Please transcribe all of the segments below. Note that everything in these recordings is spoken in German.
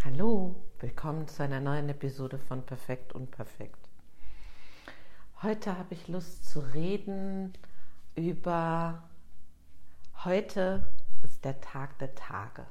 Hallo, willkommen zu einer neuen Episode von Perfekt und Perfekt. Heute habe ich Lust zu reden über heute ist der Tag der Tage.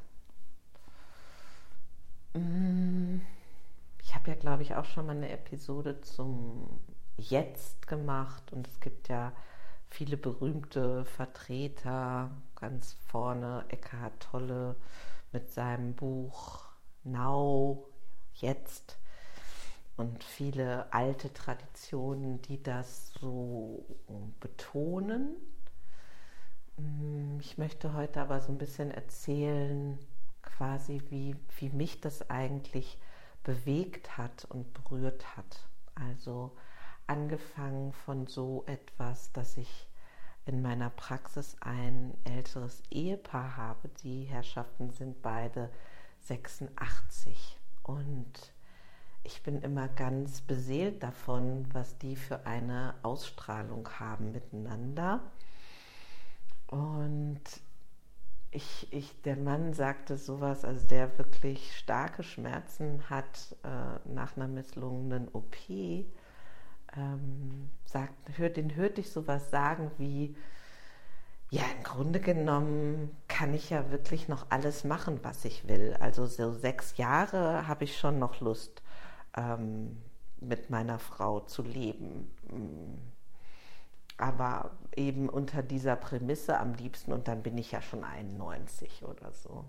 Ich habe ja, glaube ich, auch schon mal eine Episode zum Jetzt gemacht und es gibt ja viele berühmte Vertreter, ganz vorne Eckhart Tolle mit seinem Buch Now, Jetzt und viele alte Traditionen, die das so betonen. Ich möchte heute aber so ein bisschen erzählen, quasi wie mich das eigentlich bewegt hat und berührt hat. Also angefangen von so etwas, dass ich in meiner Praxis ein älteres Ehepaar habe. Die Herrschaften sind beide 86 und ich bin immer ganz beseelt davon, was die für eine Ausstrahlung haben miteinander. Und der Mann sagte sowas, also der wirklich starke Schmerzen hat nach einer misslungenen OP, den hörte ich sowas sagen wie, ja, im Grunde genommen kann ich ja wirklich noch alles machen, was ich will. Also so 6 Jahre habe ich schon noch Lust, mit meiner Frau zu leben. Aber eben unter dieser Prämisse am liebsten, und dann bin ich ja schon 91 oder so.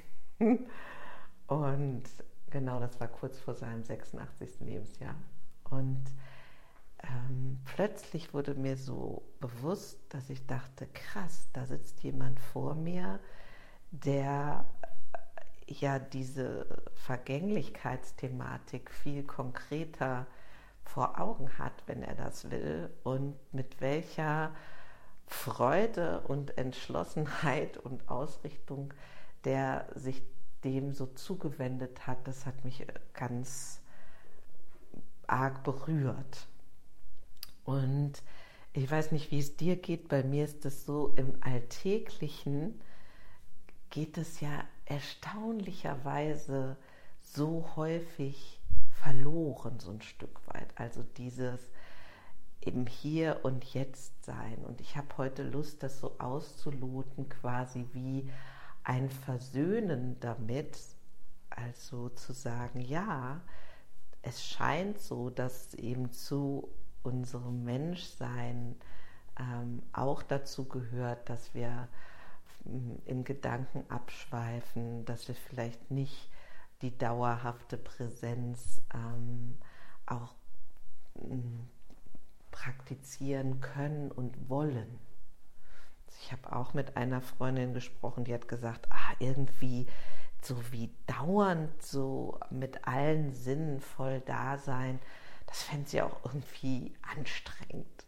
Und genau, das war kurz vor seinem 86. Lebensjahr. Und plötzlich wurde mir so bewusst, dass ich dachte, krass, da sitzt jemand vor mir, der ja diese Vergänglichkeitsthematik viel konkreter vor Augen hat, wenn er das will, und mit welcher Freude und Entschlossenheit und Ausrichtung der sich dem so zugewendet hat, das hat mich ganz arg berührt. Und ich weiß nicht, wie es dir geht, bei mir ist es so, im Alltäglichen geht es ja erstaunlicherweise so häufig verloren, so ein Stück weit. Also dieses im Hier und Jetzt sein. Und ich habe heute Lust, das so auszuloten, quasi wie ein Versöhnen damit, also zu sagen, ja, es scheint so, dass eben zu unserem Menschsein auch dazu gehört, dass wir in Gedanken abschweifen, dass wir vielleicht nicht die dauerhafte Präsenz auch praktizieren können und wollen. Ich habe auch mit einer Freundin gesprochen, die hat gesagt, irgendwie so wie dauernd so mit allen Sinnen voll da sein, das fände sie auch irgendwie anstrengend.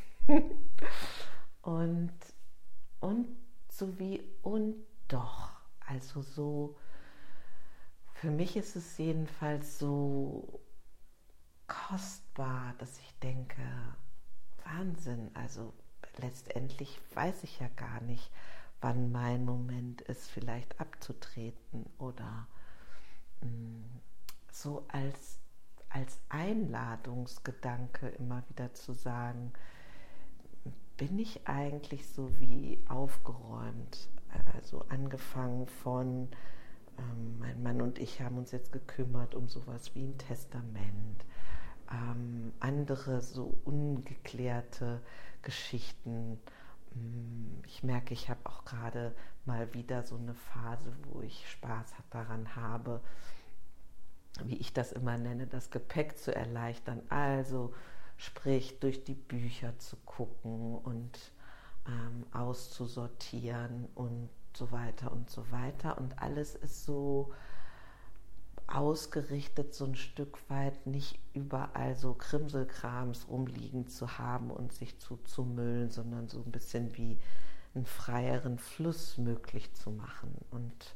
und so wie und doch. Also so, für mich ist es jedenfalls so kostbar, dass ich denke, Wahnsinn, also letztendlich weiß ich ja gar nicht, wann mein Moment ist, vielleicht abzutreten oder so als Einladungsgedanke immer wieder zu sagen, bin ich eigentlich so wie aufgeräumt, also angefangen von mein Mann und ich haben uns jetzt gekümmert um sowas wie ein Testament, andere so ungeklärte Geschichten. Ich merke, ich habe auch gerade mal wieder so eine Phase, wo ich Spaß daran habe, wie ich das immer nenne, das Gepäck zu erleichtern. Also sprich, durch die Bücher zu gucken und auszusortieren und so weiter und so weiter. Und alles ist so ausgerichtet, so ein Stück weit nicht überall so Krimselkrams rumliegen zu haben und sich zuzumüllen, sondern so ein bisschen wie einen freieren Fluss möglich zu machen und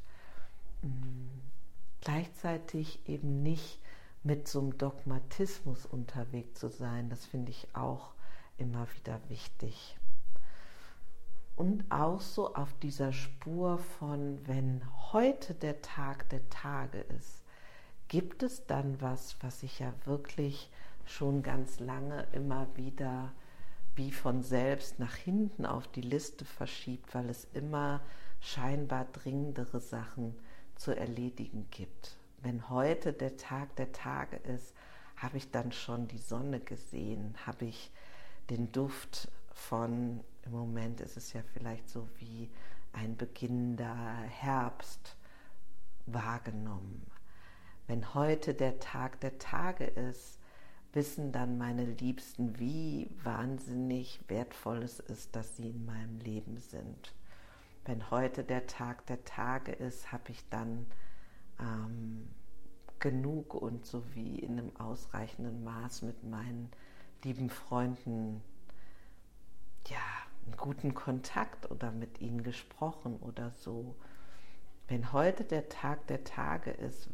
gleichzeitig eben nicht mit so einem Dogmatismus unterwegs zu sein. Das finde ich auch immer wieder wichtig. Und auch so auf dieser Spur von, wenn heute der Tag der Tage ist, gibt es dann was sich ja wirklich schon ganz lange immer wieder wie von selbst nach hinten auf die Liste verschiebt, weil es immer scheinbar dringendere Sachen zu erledigen gibt. Wenn heute der Tag der Tage ist, habe ich dann schon die Sonne gesehen, habe ich den Duft von, im Moment ist es ja vielleicht so wie ein beginnender Herbst, wahrgenommen. Wenn heute der Tag der Tage ist, wissen dann meine Liebsten, wie wahnsinnig wertvoll es ist, dass sie in meinem Leben sind. Wenn heute der Tag der Tage ist, habe ich dann genug und so wie in einem ausreichenden Maß mit meinen lieben Freunden einen guten Kontakt oder mit ihnen gesprochen oder so. Wenn heute der Tag der Tage ist,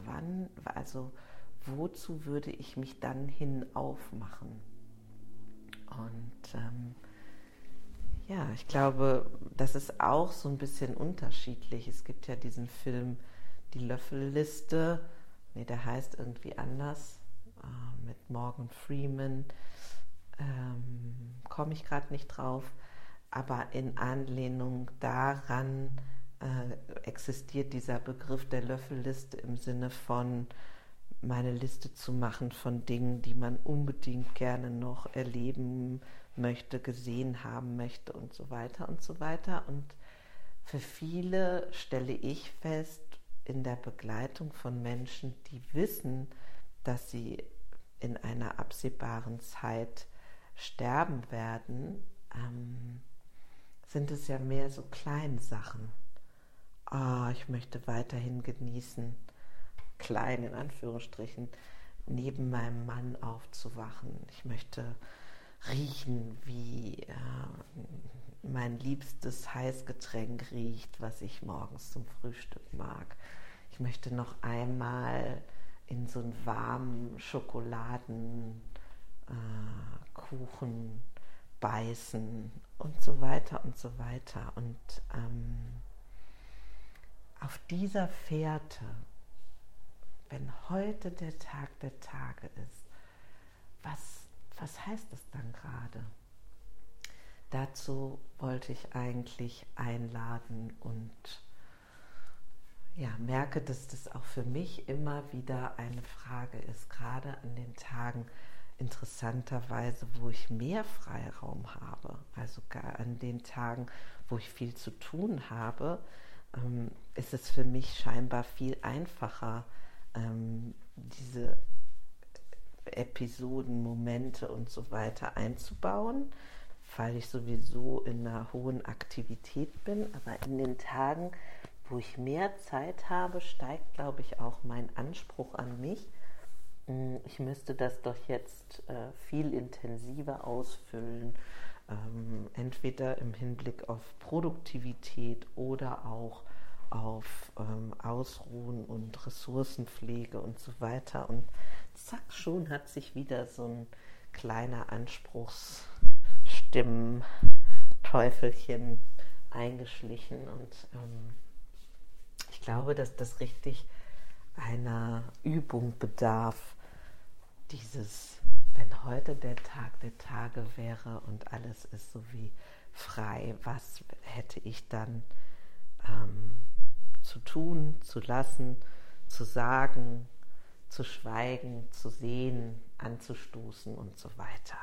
wozu würde ich mich dann hin aufmachen? Und ich glaube, das ist auch so ein bisschen unterschiedlich. Es gibt ja diesen Film Die Löffelliste, der heißt irgendwie anders, mit Morgan Freeman, komme ich gerade nicht drauf, aber in Anlehnung daran existiert dieser Begriff der Löffelliste im Sinne von meine Liste zu machen von Dingen, die man unbedingt gerne noch erleben möchte, gesehen haben möchte und so weiter und so weiter. Und für viele stelle ich fest, in der Begleitung von Menschen, die wissen, dass sie in einer absehbaren Zeit sterben werden, sind es ja mehr so Kleinsachen. Ich möchte weiterhin genießen, klein in Anführungsstrichen, neben meinem Mann aufzuwachen. Ich möchte riechen, wie mein liebstes Heißgetränk riecht, was ich morgens zum Frühstück mag. Ich möchte noch einmal in so einen warmen Schokoladenkuchen beißen und so weiter und so weiter. Und auf dieser Fährte, wenn heute der Tag der Tage ist, was heißt das dann gerade? Dazu wollte ich eigentlich einladen und merke, dass das auch für mich immer wieder eine Frage ist, gerade an den Tagen interessanterweise, wo ich mehr Freiraum habe, also gar an den Tagen, wo ich viel zu tun habe, ist es für mich scheinbar viel einfacher, diese Episoden, Momente und so weiter einzubauen, weil ich sowieso in einer hohen Aktivität bin. Aber in den Tagen, wo ich mehr Zeit habe, steigt, glaube ich, auch mein Anspruch an mich. Ich müsste das doch jetzt viel intensiver ausfüllen, entweder im Hinblick auf Produktivität oder auch auf Ausruhen und Ressourcenpflege und so weiter. Und zack, schon hat sich wieder so ein kleiner Anspruchsstimmen-Teufelchen eingeschlichen. Und ich glaube, dass das richtig einer Übung bedarf, wenn heute der Tag der Tage wäre und alles ist so wie frei, was hätte ich dann zu tun, zu lassen, zu sagen, zu schweigen, zu sehen, anzustoßen und so weiter.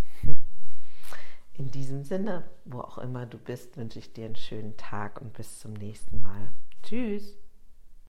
In diesem Sinne, wo auch immer du bist, wünsche ich dir einen schönen Tag und bis zum nächsten Mal. Tschüss!